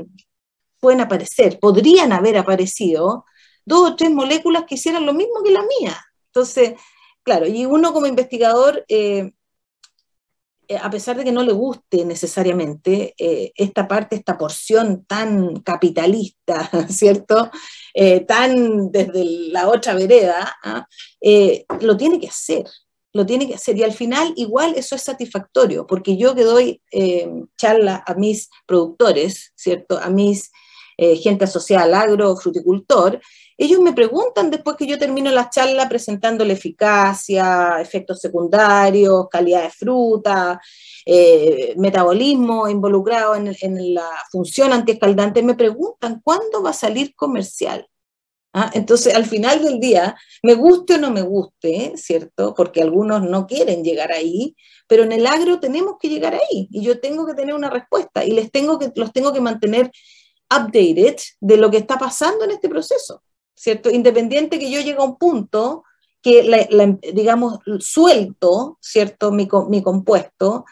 podrían haber aparecido 2 o 3 moléculas que hicieran lo mismo que la mía. Entonces, claro, y uno como investigador, a pesar de que no le guste necesariamente esta porción tan capitalista, ¿cierto? Tan desde la otra vereda, lo tiene que hacer. Y al final igual eso es satisfactorio, porque yo que doy charla a mis productores, ¿cierto? A mis gente asociada al agro, fruticultor, ellos me preguntan después que yo termino la charla presentando la eficacia, efectos secundarios, calidad de fruta, metabolismo involucrado en la función antiescaldante, me preguntan ¿cuándo va a salir comercial? Entonces, al final del día, me guste o no me guste, ¿cierto? Porque algunos no quieren llegar ahí, pero en el agro tenemos que llegar ahí y yo tengo que tener una respuesta y los tengo que mantener updated de lo que está pasando en este proceso, ¿cierto? Independiente que yo llegue a un punto que, digamos, suelto, ¿cierto? Mi compuesto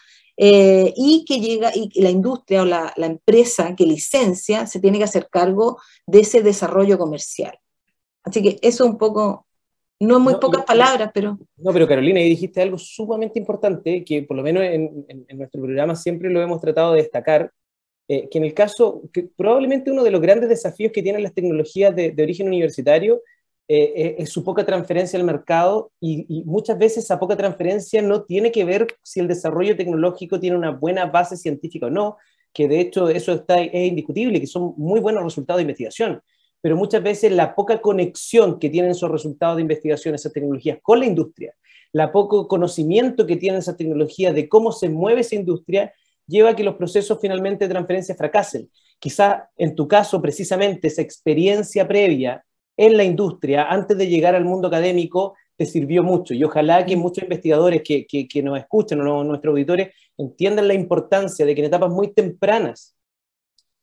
y que llega y la industria o la empresa que licencia se tiene que hacer cargo de ese desarrollo comercial. Así que eso un poco, no en muy pocas palabras, pero... No, pero Carolina, ahí dijiste algo sumamente importante, que por lo menos en nuestro programa siempre lo hemos tratado de destacar, que en el caso, que probablemente uno de los grandes desafíos que tienen las tecnologías de origen universitario es su poca transferencia al mercado, y muchas veces esa poca transferencia no tiene que ver si el desarrollo tecnológico tiene una buena base científica o no, que de hecho eso es indiscutible, que son muy buenos resultados de investigación, pero muchas veces la poca conexión que tienen esos resultados de investigación, esas tecnologías, con la industria, la poco conocimiento que tienen esas tecnologías de cómo se mueve esa industria, lleva a que los procesos finalmente de transferencia fracasen. Quizá en tu caso, precisamente, esa experiencia previa en la industria, antes de llegar al mundo académico, te sirvió mucho, y ojalá que muchos investigadores que nos escuchan, o nuestros auditores, entiendan la importancia de que en etapas muy tempranas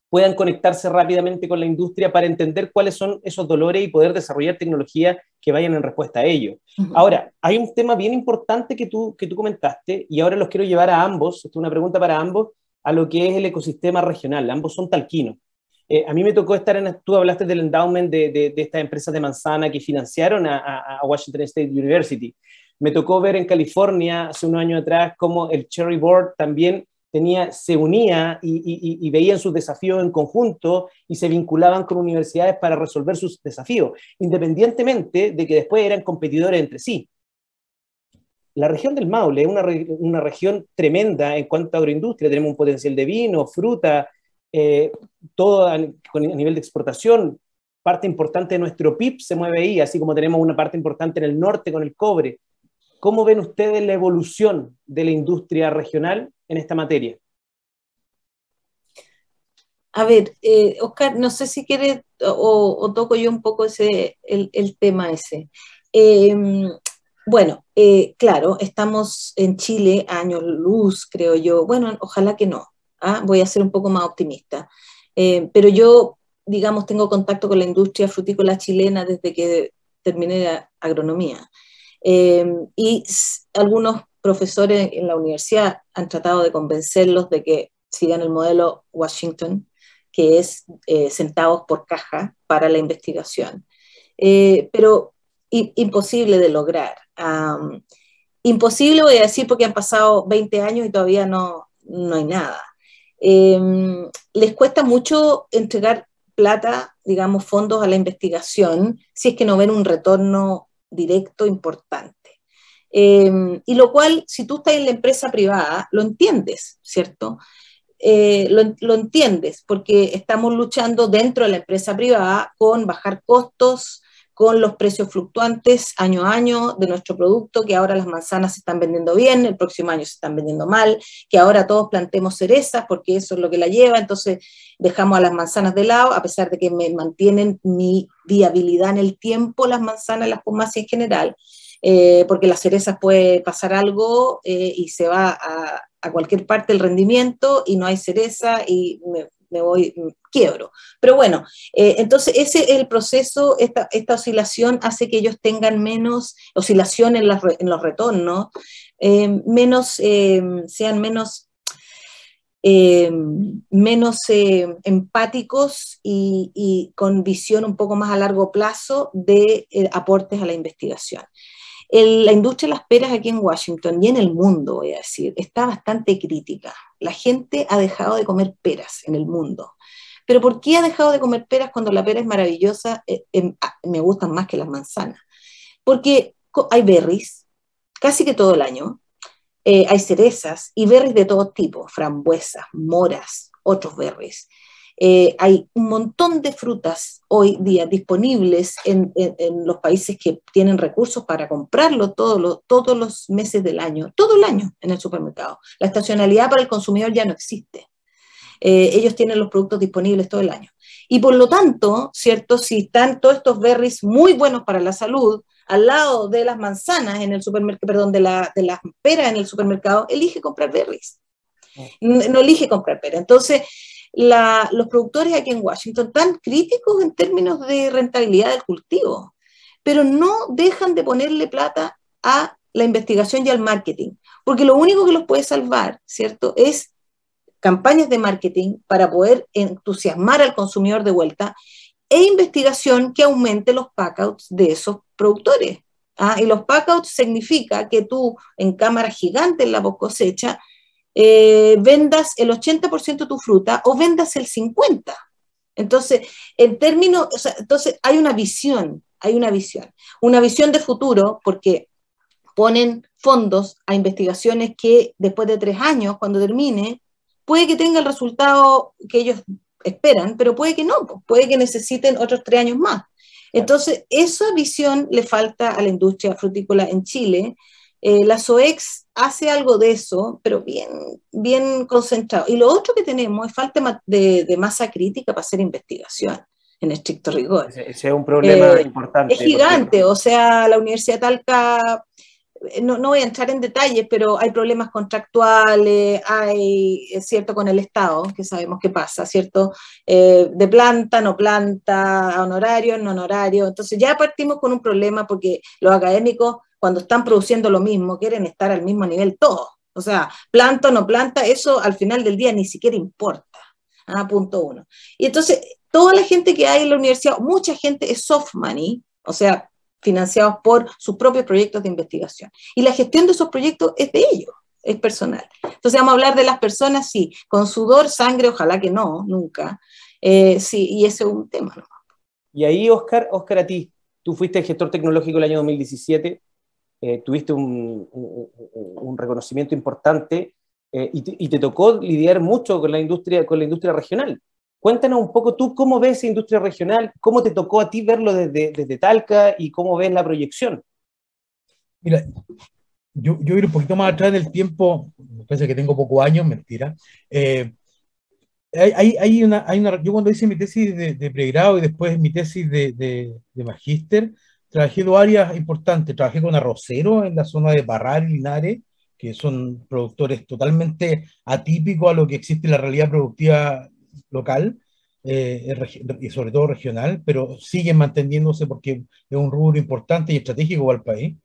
puedan conectarse rápidamente con la industria para entender cuáles son esos dolores y poder desarrollar tecnología que vayan en respuesta a ello. Ahora, hay un tema bien importante que tú comentaste, y ahora los quiero llevar a ambos, esta es una pregunta para ambos, a lo que es el ecosistema regional. Ambos son talquinos. A mí me tocó estar tú hablaste del endowment de estas empresas de manzana que financiaron a Washington State University. Me tocó ver en California hace unos años atrás cómo el Cherry Board también se unía y veían sus desafíos en conjunto y se vinculaban con universidades para resolver sus desafíos, independientemente de que después eran competidores entre sí. La región del Maule es una región tremenda en cuanto a agroindustria. Tenemos un potencial de vino, fruta, todo a nivel de exportación. Parte importante de nuestro PIB se mueve ahí, así como tenemos una parte importante en el norte con el cobre. ¿Cómo ven ustedes la evolución de la industria regional en esta materia? A ver, Oscar, no sé si quieres o toco yo un poco el tema ese. Bueno, claro, estamos en Chile a años luz, creo yo. Bueno, ojalá que no. Voy a ser un poco más optimista. Pero yo, digamos, tengo contacto con la industria frutícola chilena desde que terminé la agronomía. Y algunos profesores en la universidad han tratado de convencerlos de que sigan el modelo Washington, que es centavos por caja para la investigación. Pero imposible de lograr. Imposible, voy a decir, porque han pasado 20 años y todavía no hay nada. Les cuesta mucho entregar plata, digamos, fondos a la investigación, si es que no ven un retorno directo importante. Y lo cual, si tú estás en la empresa privada, lo entiendes, ¿cierto? Lo entiendes, porque estamos luchando dentro de la empresa privada con bajar costos, con los precios fluctuantes año a año de nuestro producto, que ahora las manzanas se están vendiendo bien, el próximo año se están vendiendo mal, que ahora todos plantemos cerezas porque eso es lo que la lleva, entonces dejamos a las manzanas de lado, a pesar de que me mantienen mi viabilidad en el tiempo, las manzanas, las pomas en general, porque las cerezas puede pasar algo y se va a cualquier parte el rendimiento y no hay cereza y me voy, quiebro. Pero bueno, entonces ese es el proceso, esta oscilación hace que ellos tengan menos oscilación en los retornos, sean menos empáticos y con visión un poco más a largo plazo de aportes a la investigación. La industria de las peras aquí en Washington y en el mundo, voy a decir, está bastante crítica. La gente ha dejado de comer peras en el mundo. ¿Pero por qué ha dejado de comer peras cuando la pera es maravillosa? Me gustan más que las manzanas. Porque hay berries casi que todo el año, hay cerezas y berries de todo tipo, frambuesas, moras, otros berries. Hay un montón de frutas hoy día disponibles en los países que tienen recursos para comprarlo todos los meses del año, todo el año en el supermercado. La estacionalidad para el consumidor ya no existe. Ellos tienen los productos disponibles todo el año. Y por lo tanto, ¿cierto? Si están todos estos berries muy buenos para la salud, al lado de las manzanas en el supermercado, perdón, de las peras en el supermercado, elige comprar berries. No elige comprar peras. Entonces, los productores aquí en Washington están críticos en términos de rentabilidad del cultivo, pero no dejan de ponerle plata a la investigación y al marketing, porque lo único que los puede salvar, ¿cierto?, es campañas de marketing para poder entusiasmar al consumidor de vuelta e investigación que aumente los packouts de esos productores. Y los packouts significa que tú en cámara gigante en la post cosecha vendas el 80% de tu fruta o vendas el 50%. Entonces, entonces hay una visión de futuro, porque ponen fondos a investigaciones que después de 3 años, cuando termine, puede que tenga el resultado que ellos esperan, pero puede que no, puede que necesiten otros 3 años más. Entonces, esa visión le falta a la industria frutícola en Chile. La SOEX hace algo de eso, pero bien concentrado. Y lo otro que tenemos es falta de masa crítica para hacer investigación, en estricto rigor. Ese es un problema importante. Es gigante, o sea, la Universidad de Talca no voy a entrar en detalles, pero hay problemas contractuales, hay, es cierto, con el Estado, que sabemos qué pasa, ¿cierto? De planta, no planta, honorario, no honorario. Entonces ya partimos con un problema porque los académicos, cuando están produciendo lo mismo, quieren estar al mismo nivel todos. O sea, planta o no planta, eso al final del día ni siquiera importa. Punto uno. Y entonces, toda la gente que hay en la universidad, mucha gente es soft money, o sea, financiados por sus propios proyectos de investigación. Y la gestión de esos proyectos es de ellos, es personal. Entonces vamos a hablar de las personas, sí, con sudor, sangre, ojalá que no, nunca. Sí, y ese es un tema, ¿no? Y ahí, Oscar, a ti, tú fuiste gestor tecnológico el año 2017, tuviste un reconocimiento importante y te tocó lidiar mucho con la industria regional. Cuéntanos un poco tú cómo ves esa industria regional, cómo te tocó a ti verlo desde Talca y cómo ves la proyección. Mira, yo ir un poquito más atrás del tiempo, pensé que tengo pocos años, mentira. Yo cuando hice mi tesis de pregrado y después mi tesis de magíster, trabajé dos áreas importantes. Trabajé con arroceros en la zona de Parral y Linares, que son productores totalmente atípicos a lo que existe en la realidad productiva local, y sobre todo regional, pero siguen manteniéndose porque es un rubro importante y estratégico para el país.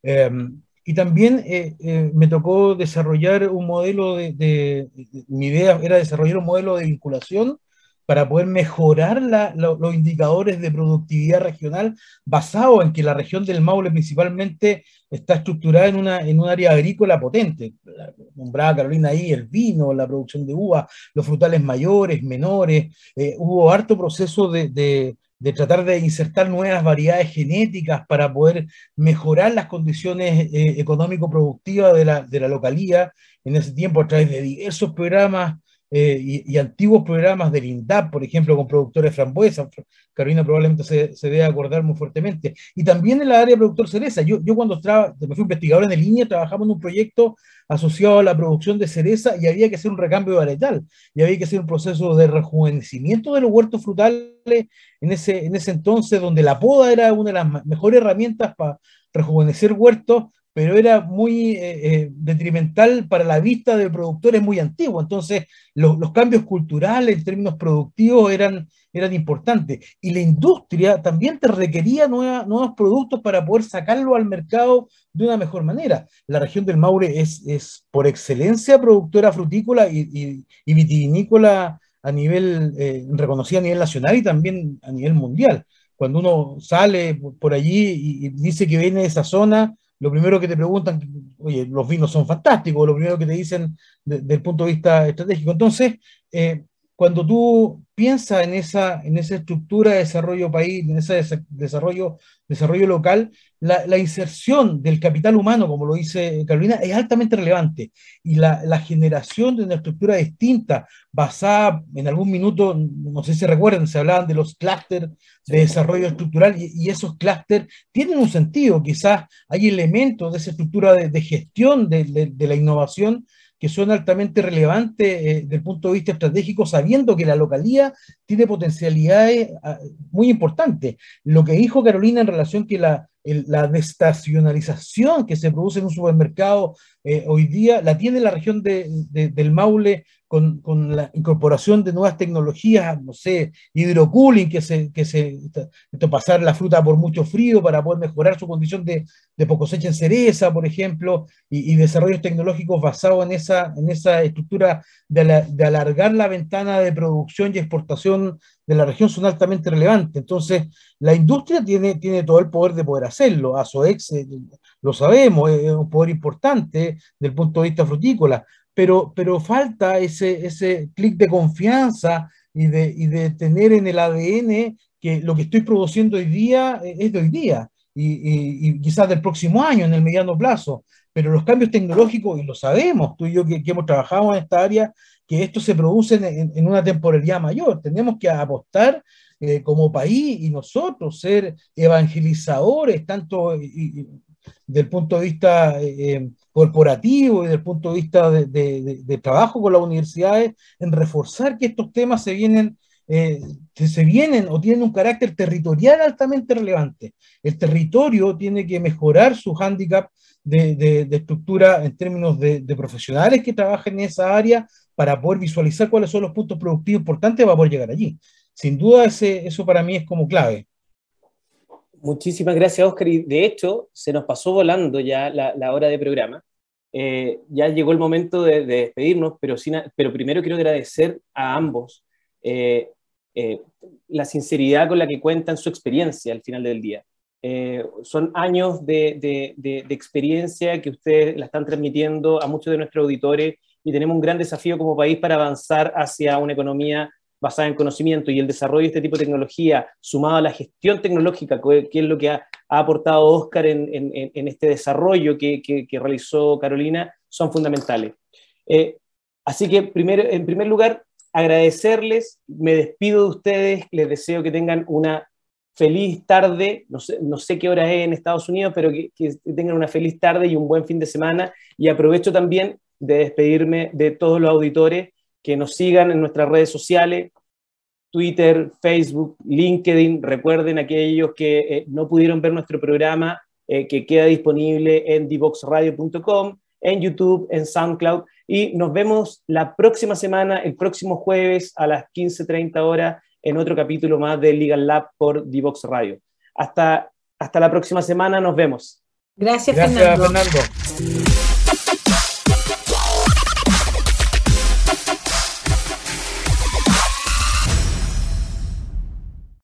Y también me tocó desarrollar un modelo mi idea era desarrollar un modelo de vinculación para poder mejorar los indicadores de productividad regional basado en que la región del Maule principalmente está estructurada en un área agrícola potente. Nombraba Carolina ahí el vino, la producción de uva, los frutales mayores, menores. Hubo harto proceso de tratar de insertar nuevas variedades genéticas para poder mejorar las condiciones económico-productivas de la localía en ese tiempo a través de diversos programas y antiguos programas del INDAP, por ejemplo, con productores frambuesa. Carolina probablemente se debe acordar muy fuertemente. Y también en la área de productor cereza. Yo cuando me fui investigador en el INEA, trabajamos en un proyecto asociado a la producción de cereza y había que hacer un recambio varietal y había que hacer un proceso de rejuvenecimiento de los huertos frutales en ese entonces, donde la poda era una de las mejores herramientas para rejuvenecer huertos, pero era muy detrimental para la vista de productores muy antiguos. Entonces, los cambios culturales en términos productivos eran importantes. Y la industria también te requería nuevos productos para poder sacarlo al mercado de una mejor manera. La región del Maule es por excelencia productora frutícola y vitivinícola a nivel, reconocida a nivel nacional y también a nivel mundial. Cuando uno sale por allí y dice que viene de esa zona, lo primero que te preguntan, oye, los vinos son fantásticos, lo primero que te dicen desde el punto de vista estratégico. Entonces, cuando tú piensas en esa estructura de desarrollo país, en ese desarrollo local, la inserción del capital humano, como lo dice Carolina, es altamente relevante. Y la generación de una estructura distinta, basada en algún minuto, no sé si recuerdan, se hablaban de los clústeres de desarrollo estructural, y esos clústeres tienen un sentido. Quizás hay elementos de esa estructura de gestión de la innovación que son altamente relevantes desde el punto de vista estratégico, sabiendo que la localía tiene potencialidades muy importantes. Lo que dijo Carolina en relación que la desestacionalización que se produce en un supermercado hoy día la tiene la región del Maule con la incorporación de nuevas tecnologías, no sé, hidrocooling, pasar la fruta por mucho frío para poder mejorar su condición de cosecha en cereza, por ejemplo, y desarrollos tecnológicos basados en esa estructura de alargar la ventana de producción y exportación de la región son altamente relevantes. Entonces, la industria tiene todo el poder de poder hacerlo. ASOEX, lo sabemos, es un poder importante del punto de vista frutícola, pero falta ese clic de confianza y de tener en el ADN que lo que estoy produciendo hoy día es de hoy día y quizás del próximo año, en el mediano plazo. Pero los cambios tecnológicos, y lo sabemos, tú y yo que hemos trabajado en esta área, que esto se produce en una temporalidad mayor. Tenemos que apostar como país y nosotros ser evangelizadores, tanto del punto de vista corporativo y del punto de vista de trabajo con las universidades, en reforzar que estos temas se vienen se vienen o tienen un carácter territorial altamente relevante. El territorio tiene que mejorar su hándicap de estructura en términos de profesionales que trabajen en esa área para poder visualizar cuáles son los puntos productivos importantes para poder llegar allí. Sin duda, eso para mí es como clave. Muchísimas gracias, Oscar. Y de hecho, se nos pasó volando ya la hora de programa. Ya llegó el momento de despedirnos, pero primero quiero agradecer a ambos la sinceridad con la que cuentan su experiencia al final del día. Son años de experiencia que ustedes la están transmitiendo a muchos de nuestros auditores y tenemos un gran desafío como país para avanzar hacia una economía basada en conocimiento, y el desarrollo de este tipo de tecnología sumado a la gestión tecnológica, que es lo que ha aportado Oscar en este desarrollo que realizó Carolina, son fundamentales. Así que en primer lugar, agradecerles, me despido de ustedes, les deseo que tengan una feliz tarde, no sé qué hora es en Estados Unidos, pero que tengan una feliz tarde y un buen fin de semana, y aprovecho también de despedirme de todos los auditores que nos sigan en nuestras redes sociales, Twitter, Facebook, LinkedIn. Recuerden, aquellos que no pudieron ver nuestro programa, que queda disponible en divoxradio.com, en YouTube, en SoundCloud, y nos vemos la próxima semana, el próximo jueves a las 15:30 horas, en otro capítulo más de Legal Lab por Divox Radio. Hasta la próxima semana, nos vemos. Gracias, Gracias, Fernando. Fernando.